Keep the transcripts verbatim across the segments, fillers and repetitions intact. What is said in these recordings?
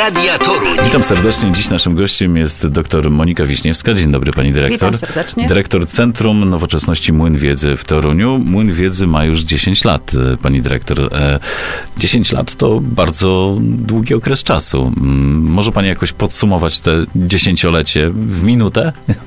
Radia Toruń. Witam serdecznie. Dziś naszym gościem jest dr Monika Wiśniewska. Dzień dobry, pani dyrektor. Witam serdecznie. Dyrektor Centrum Nowoczesności Młyn Wiedzy w Toruniu. Młyn Wiedzy ma już dziesięć lat, pani dyrektor. dziesięć lat to bardzo długi okres czasu. Może pani jakoś podsumować te dziesięciolecie w minutę?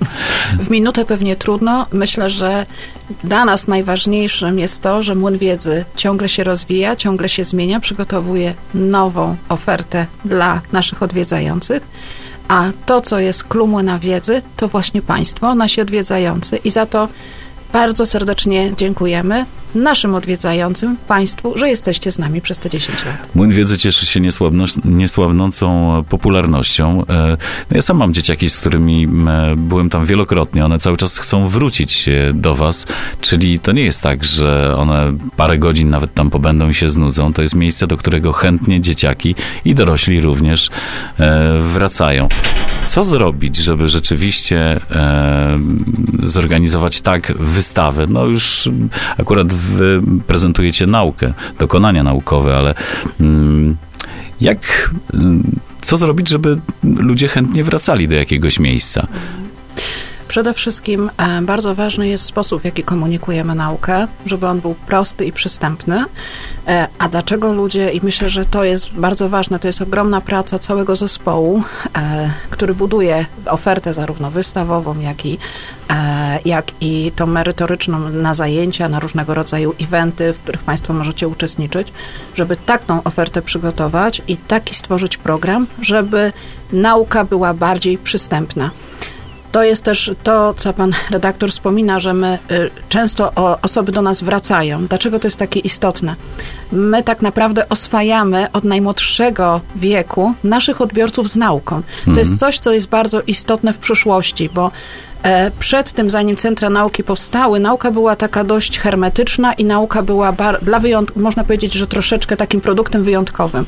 W minutę pewnie trudno. Myślę, że dla nas najważniejszym jest to, że Młyn Wiedzy ciągle się rozwija, ciągle się zmienia, przygotowuje nową ofertę dla naszych odwiedzających, a to, co jest clou Młyna Wiedzy, to właśnie państwo, nasi odwiedzający i za to bardzo serdecznie dziękujemy naszym odwiedzającym, państwu, że jesteście z nami przez te dziesięć lat. Młyn Wiedzy cieszy się niesławno- niesłabnącą popularnością. No ja sam mam dzieciaki, z którymi byłem tam wielokrotnie. One cały czas chcą wrócić do was, czyli to nie jest tak, że one parę godzin nawet tam pobędą i się znudzą. To jest miejsce, do którego chętnie dzieciaki i dorośli również wracają. Co zrobić, żeby rzeczywiście zorganizować tak wystawę? No już akurat wy prezentujecie naukę, dokonania naukowe, ale mm, jak, co zrobić, żeby ludzie chętnie wracali do jakiegoś miejsca? Przede wszystkim e, bardzo ważny jest sposób, w jaki komunikujemy naukę, żeby on był prosty i przystępny. E, a dlaczego ludzie, i myślę, że to jest bardzo ważne, to jest ogromna praca całego zespołu, e, który buduje ofertę zarówno wystawową, jak i, e, jak i tą merytoryczną na zajęcia, na różnego rodzaju eventy, w których państwo możecie uczestniczyć, żeby tak tą ofertę przygotować i taki stworzyć program, żeby nauka była bardziej przystępna. To jest też to, co pan redaktor wspomina, że my y, często o, osoby do nas wracają. Dlaczego to jest takie istotne? My tak naprawdę oswajamy od najmłodszego wieku naszych odbiorców z nauką. To mhm. jest coś, co jest bardzo istotne w przyszłości, bo e, przed tym, zanim centra nauki powstały, nauka była taka dość hermetyczna i nauka była bar- dla wyjątku, można powiedzieć, że troszeczkę takim produktem wyjątkowym.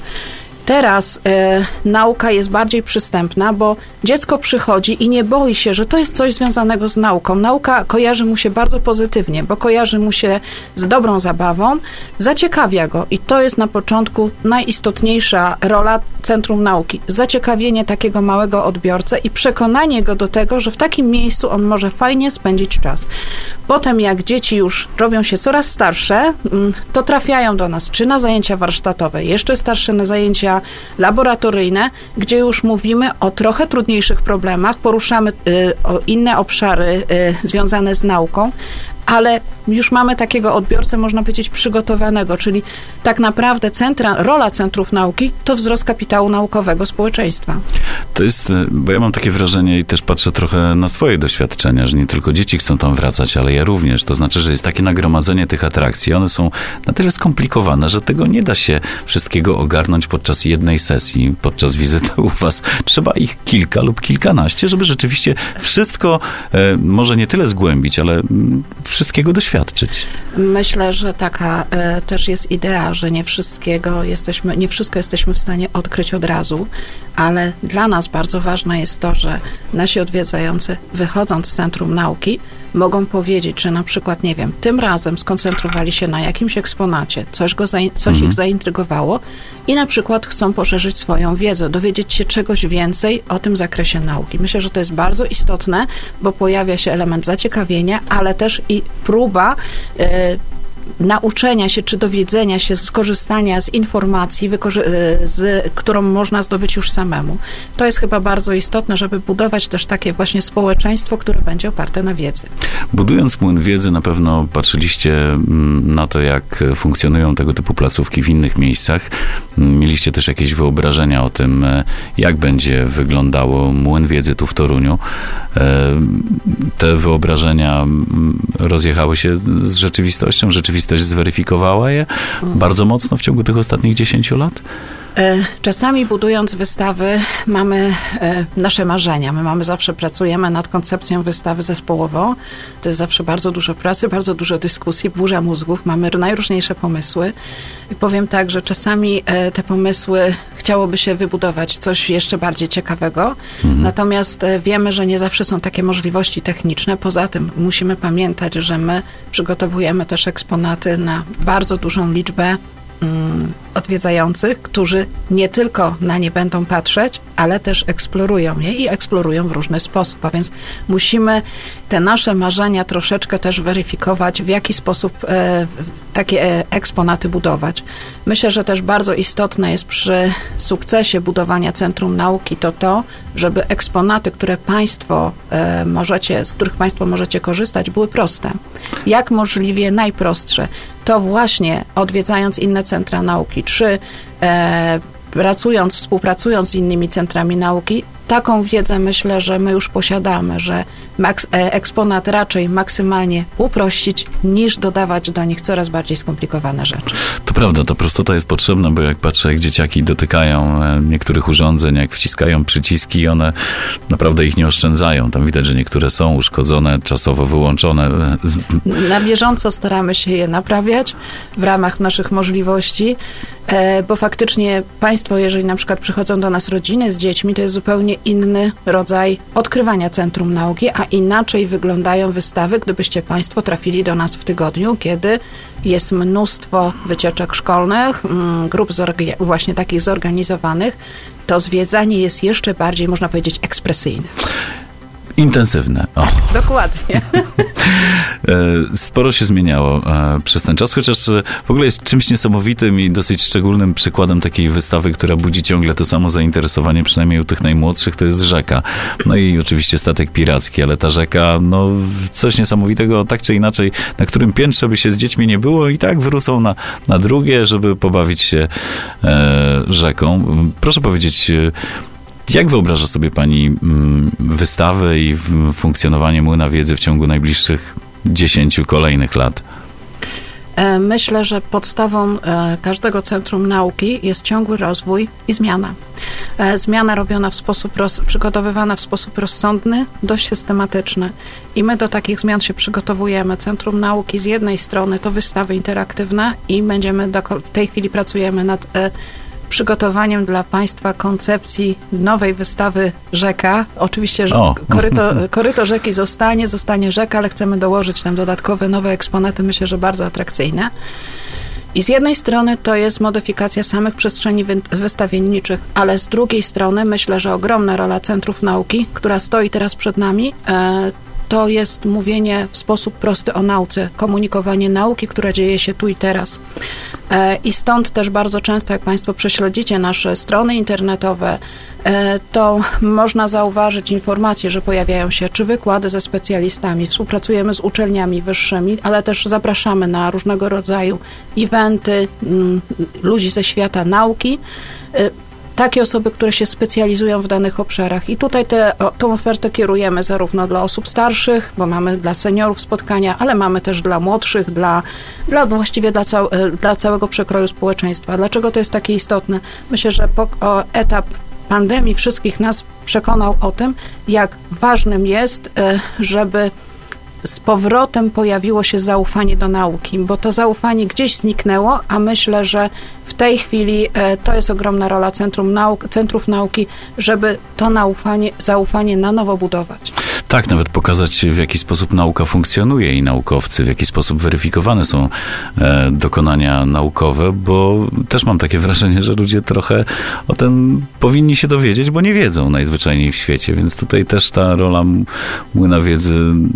Teraz e, nauka jest bardziej przystępna, bo dziecko przychodzi i nie boi się, że to jest coś związanego z nauką. Nauka kojarzy mu się bardzo pozytywnie, bo kojarzy mu się z dobrą zabawą, zaciekawia go i to jest na początku najistotniejsza rola Centrum Nauki. Zaciekawienie takiego małego odbiorcę i przekonanie go do tego, że w takim miejscu on może fajnie spędzić czas. Potem jak dzieci już robią się coraz starsze, to trafiają do nas czy na zajęcia warsztatowe, jeszcze starsze na zajęcia laboratoryjne, gdzie już mówimy o trochę trudniejszych problemach, poruszamy y, o inne obszary y, związane z nauką, ale już mamy takiego odbiorcę, można powiedzieć, przygotowanego, czyli tak naprawdę centra, rola centrów nauki to wzrost kapitału naukowego społeczeństwa. To jest, bo ja mam takie wrażenie i też patrzę trochę na swoje doświadczenia, że nie tylko dzieci chcą tam wracać, ale ja również. To znaczy, że jest takie nagromadzenie tych atrakcji. One są na tyle skomplikowane, że tego nie da się wszystkiego ogarnąć podczas jednej sesji, podczas wizyty u was. Trzeba ich kilka lub kilkanaście, żeby rzeczywiście wszystko e, może nie tyle zgłębić, ale wszystkiego doświadczyć. Myślę, że taka e, też jest idea, że nie wszystkiego jesteśmy, nie wszystko jesteśmy w stanie odkryć od razu, ale dla nas bardzo ważne jest to, że nasi odwiedzający, wychodząc z Centrum Nauki, mogą powiedzieć, że na przykład, nie wiem, tym razem skoncentrowali się na jakimś eksponacie, coś, go za, coś mhm. ich zaintrygowało i na przykład chcą poszerzyć swoją wiedzę, dowiedzieć się czegoś więcej o tym zakresie nauki. Myślę, że to jest bardzo istotne, bo pojawia się element zaciekawienia, ale też i próba y, nauczenia się, czy dowiedzenia się, skorzystania z informacji, wykorzy- z, którą można zdobyć już samemu. To jest chyba bardzo istotne, żeby budować też takie właśnie społeczeństwo, które będzie oparte na wiedzy. Budując Młyn Wiedzy, na pewno patrzyliście na to, jak funkcjonują tego typu placówki w innych miejscach. Mieliście też jakieś wyobrażenia o tym, jak będzie wyglądało Młyn Wiedzy tu w Toruniu. Te wyobrażenia rozjechały się z rzeczywistością. Rzeczywistość zweryfikowała je bardzo mocno w ciągu tych ostatnich dziesięciu lat? Czasami budując wystawy mamy nasze marzenia. My mamy zawsze, pracujemy nad koncepcją wystawy zespołowo. To jest zawsze bardzo dużo pracy, bardzo dużo dyskusji, burza mózgów. Mamy najróżniejsze pomysły. I powiem tak, że czasami te pomysły chciałoby się wybudować coś jeszcze bardziej ciekawego. Mhm. Natomiast wiemy, że nie zawsze są takie możliwości techniczne. Poza tym musimy pamiętać, że my przygotowujemy też eksponaty na bardzo dużą liczbę mm, odwiedzających, którzy nie tylko na nie będą patrzeć, ale też eksplorują je i eksplorują w różny sposób. A więc musimy te nasze marzenia troszeczkę też weryfikować, w jaki sposób e, takie e, eksponaty budować. Myślę, że też bardzo istotne jest przy sukcesie budowania Centrum Nauki to to, żeby eksponaty, które Państwo e, możecie, z których Państwo możecie korzystać, były proste. Jak możliwie najprostsze. To właśnie odwiedzając inne centra nauki, czy e, pracując, współpracując z innymi centrami nauki, taką wiedzę myślę, że my już posiadamy, że maks- eksponat raczej maksymalnie uprościć, niż dodawać do nich coraz bardziej skomplikowane rzeczy. To prawda, ta prostota jest potrzebna, bo jak patrzę, jak dzieciaki dotykają niektórych urządzeń, jak wciskają przyciski, one naprawdę ich nie oszczędzają. Tam widać, że niektóre są uszkodzone, czasowo wyłączone. Na bieżąco staramy się je naprawiać w ramach naszych możliwości, bo faktycznie Państwo, jeżeli na przykład przychodzą do nas rodziny z dziećmi, to jest zupełnie inny rodzaj odkrywania Centrum Nauki, a inaczej wyglądają wystawy, gdybyście Państwo trafili do nas w tygodniu, kiedy jest mnóstwo wycieczek szkolnych, grup zorga- właśnie takich zorganizowanych, to zwiedzanie jest jeszcze bardziej, można powiedzieć, ekspresyjne. Intensywne. O. Dokładnie. Sporo się zmieniało przez ten czas, chociaż w ogóle jest czymś niesamowitym i dosyć szczególnym przykładem takiej wystawy, która budzi ciągle to samo zainteresowanie, przynajmniej u tych najmłodszych, to jest rzeka. No i oczywiście statek piracki, ale ta rzeka, no coś niesamowitego, tak czy inaczej, na którym piętrze by się z dziećmi nie było i tak wrócą na, na drugie, żeby pobawić się e, rzeką. Proszę powiedzieć, jak wyobraża sobie Pani wystawę i funkcjonowanie Młyna Wiedzy w ciągu najbliższych dziesięciu kolejnych lat? Myślę, że podstawą każdego centrum nauki jest ciągły rozwój i zmiana. Zmiana robiona w sposób, roz, przygotowywana w sposób rozsądny, dość systematyczny. I my do takich zmian się przygotowujemy. Centrum Nauki z jednej strony to wystawy interaktywne i będziemy, do, w tej chwili pracujemy nad przygotowaniem dla Państwa koncepcji nowej wystawy Rzeka. Oczywiście, że koryto, koryto rzeki zostanie, zostanie rzeka, ale chcemy dołożyć tam dodatkowe nowe eksponaty, myślę, że bardzo atrakcyjne. I z jednej strony to jest modyfikacja samych przestrzeni wy- wystawienniczych, ale z drugiej strony myślę, że ogromna rola centrów nauki, która stoi teraz przed nami, e, to jest mówienie w sposób prosty o nauce, komunikowanie nauki, która dzieje się tu i teraz. I stąd też bardzo często, jak Państwo prześledzicie nasze strony internetowe, to można zauważyć informacje, że pojawiają się czy wykłady ze specjalistami, współpracujemy z uczelniami wyższymi, ale też zapraszamy na różnego rodzaju eventy ludzi ze świata nauki, takie osoby, które się specjalizują w danych obszarach. I tutaj tę ofertę kierujemy zarówno dla osób starszych, bo mamy dla seniorów spotkania, ale mamy też dla młodszych, dla, dla właściwie dla, cał, dla całego przekroju społeczeństwa. Dlaczego to jest takie istotne? Myślę, że po, o, etap pandemii wszystkich nas przekonał o tym, jak ważnym jest, żeby z powrotem pojawiło się zaufanie do nauki, bo to zaufanie gdzieś zniknęło, a myślę, że w tej chwili to jest ogromna rola Centrum Nauk, Centrów Nauki, żeby to naufanie, zaufanie na nowo budować. Tak, nawet pokazać, w jaki sposób nauka funkcjonuje i naukowcy, w jaki sposób weryfikowane są e, dokonania naukowe, bo też mam takie wrażenie, że ludzie trochę o tym powinni się dowiedzieć, bo nie wiedzą najzwyczajniej w świecie, więc tutaj też ta rola Młyna Wiedzy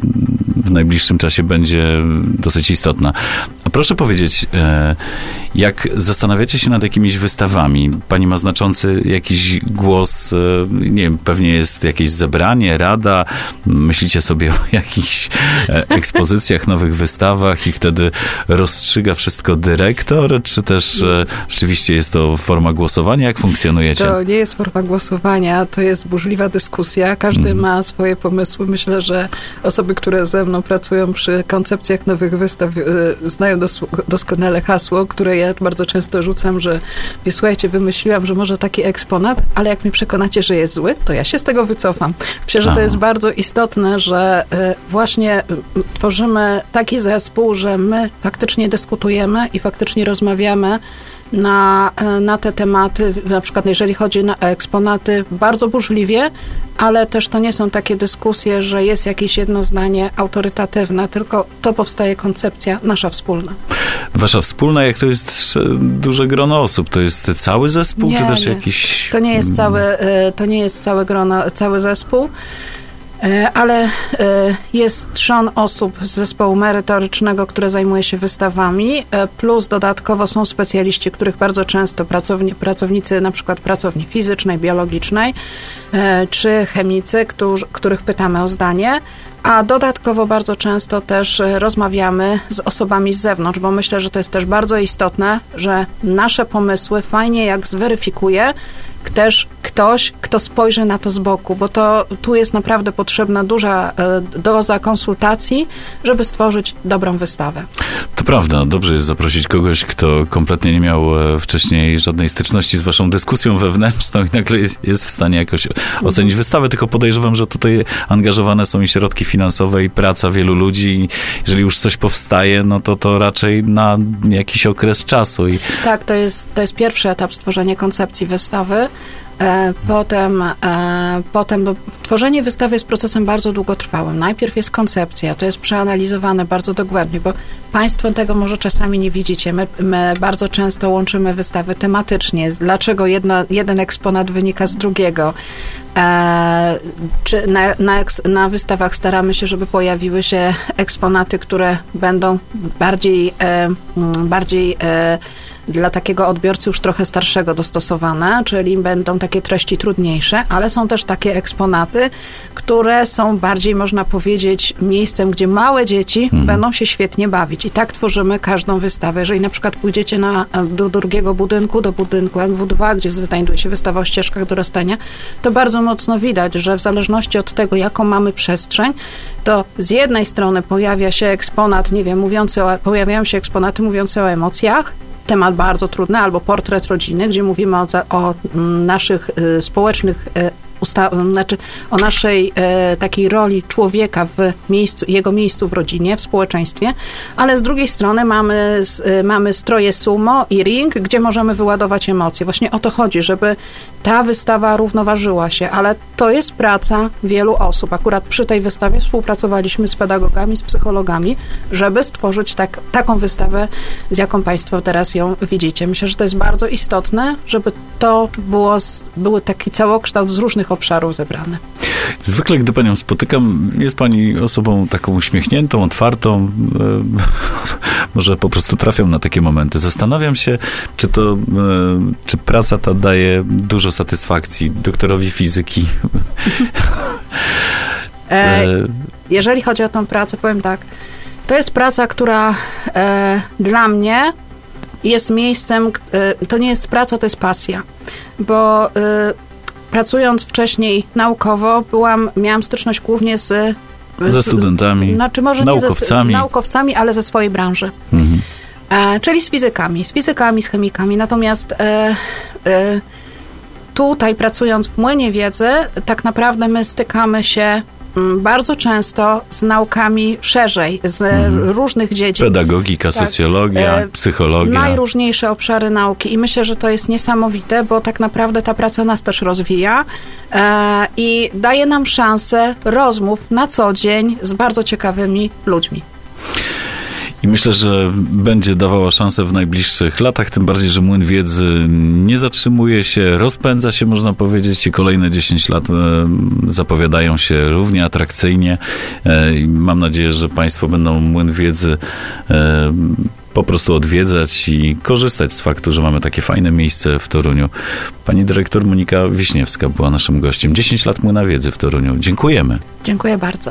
w najbliższym czasie będzie dosyć istotna. A proszę powiedzieć, e, jak zastanawiacie się nad jakimiś wystawami, pani ma znaczący jakiś głos, e, nie wiem, pewnie jest jakieś zebranie, rada, myślicie sobie o jakichś e, ekspozycjach, nowych wystawach i wtedy rozstrzyga wszystko dyrektor, czy też e, rzeczywiście jest to forma głosowania? Jak funkcjonujecie? To nie jest forma głosowania, to jest burzliwa dyskusja. Każdy mm. ma swoje pomysły. Myślę, że osoby, które ze mną pracują przy koncepcjach nowych wystaw, y, znają dos- doskonale hasło, które ja bardzo często rzucam, że słuchajcie, wymyśliłam, że może taki eksponat, ale jak mi przekonacie, że jest zły, to ja się z tego wycofam. Myślę, że to jest bardzo istotne, że y, właśnie y, tworzymy taki zespół, że my faktycznie dyskutujemy i faktycznie rozmawiamy na, na te tematy, na przykład jeżeli chodzi o eksponaty, bardzo burzliwie, ale też to nie są takie dyskusje, że jest jakieś jedno zdanie autorytatywne, tylko to powstaje koncepcja nasza wspólna. Wasza wspólna, jak to jest duże grono osób? To jest cały zespół, nie, czy też nie. jakiś... To nie jest cały, to nie jest całe grono, cały zespół. Ale jest trzon osób z zespołu merytorycznego, które zajmuje się wystawami, plus dodatkowo są specjaliści, których bardzo często pracowni, pracownicy na przykład pracowni fizycznej, biologicznej, czy chemicy, którzy, których pytamy o zdanie, a dodatkowo bardzo często też rozmawiamy z osobami z zewnątrz, bo myślę, że to jest też bardzo istotne, że nasze pomysły fajnie jak zweryfikuje też ktoś, kto spojrzy na to z boku, bo to tu jest naprawdę potrzebna duża doza konsultacji, żeby stworzyć dobrą wystawę. To prawda, dobrze jest zaprosić kogoś, kto kompletnie nie miał wcześniej żadnej styczności z waszą dyskusją wewnętrzną i nagle jest, jest w stanie jakoś ocenić wystawę, tylko podejrzewam, że tutaj angażowane są i środki finansowe, i praca wielu ludzi. Jeżeli już coś powstaje, no to to raczej na jakiś okres czasu. I... Tak, to jest, to jest pierwszy etap stworzenia koncepcji wystawy. Potem, potem bo tworzenie wystawy jest procesem bardzo długotrwałym. Najpierw jest koncepcja, to jest przeanalizowane bardzo dogłębnie, bo Państwo tego może czasami nie widzicie. My, my bardzo często łączymy wystawy tematycznie. Dlaczego jedno, jeden eksponat wynika z drugiego? E, czy na, na, na wystawach staramy się, żeby pojawiły się eksponaty, które będą bardziej, e, bardziej e, dla takiego odbiorcy już trochę starszego dostosowane, czyli będą takie treści trudniejsze, ale są też takie eksponaty, które są bardziej, można powiedzieć, miejscem, gdzie małe dzieci mhm. będą się świetnie bawić. I tak tworzymy każdą wystawę. Jeżeli na przykład pójdziecie na, do drugiego budynku, do budynku M W dwa, gdzie znajduje się wystawa o ścieżkach dorastania, to bardzo mocno widać, że w zależności od tego, jaką mamy przestrzeń, to z jednej strony pojawia się eksponat, nie wiem, mówiący o, pojawiają się eksponaty mówiące o emocjach, temat bardzo trudny, albo portret rodziny, gdzie mówimy o, o naszych y, społecznych y, usta- znaczy o naszej e, takiej roli człowieka w miejscu, jego miejscu w rodzinie, w społeczeństwie, ale z drugiej strony mamy, e, mamy stroje sumo i ring, gdzie możemy wyładować emocje. Właśnie o to chodzi, żeby ta wystawa równoważyła się, ale to jest praca wielu osób. Akurat przy tej wystawie współpracowaliśmy z pedagogami, z psychologami, żeby stworzyć tak, taką wystawę, z jaką Państwo teraz ją widzicie. Myślę, że to jest bardzo istotne, żeby to było, był taki całokształt z różnych obszarów zebrany. Zwykle, gdy Panią spotykam, jest Pani osobą taką uśmiechniętą, otwartą. Może po prostu trafiam na takie momenty. Zastanawiam się, czy to, czy praca ta daje dużo satysfakcji doktorowi fizyki. E, jeżeli chodzi o tą pracę, powiem tak, to jest praca, która e, dla mnie jest miejscem, e, to nie jest praca, to jest pasja, bo e, pracując wcześniej naukowo, byłam, miałam styczność głównie z... Ze studentami, znaczy może naukowcami. Nie ze, naukowcami, ale ze swojej branży. Mhm. E, czyli z fizykami, z fizykami, z chemikami. Natomiast e, e, tutaj pracując w młynie wiedzy, tak naprawdę my stykamy się bardzo często z naukami szerzej, z mhm. różnych dziedzin. Pedagogika, tak. Socjologia, e, psychologia. Najróżniejsze obszary nauki i myślę, że to jest niesamowite, bo tak naprawdę ta praca nas też rozwija e, i daje nam szansę rozmów na co dzień z bardzo ciekawymi ludźmi. I myślę, że będzie dawała szansę w najbliższych latach, tym bardziej, że Młyn Wiedzy nie zatrzymuje się, rozpędza się, można powiedzieć, i kolejne dziesięć lat zapowiadają się równie atrakcyjnie. Mam nadzieję, że Państwo będą Młyn Wiedzy po prostu odwiedzać i korzystać z faktu, że mamy takie fajne miejsce w Toruniu. Pani dyrektor Monika Wiśniewska była naszym gościem. dziesięć lat Młyna Wiedzy w Toruniu. Dziękujemy. Dziękuję bardzo.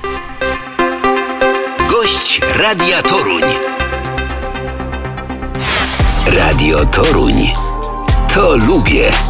Gość Radia Toruń. Radio Toruń. To lubię.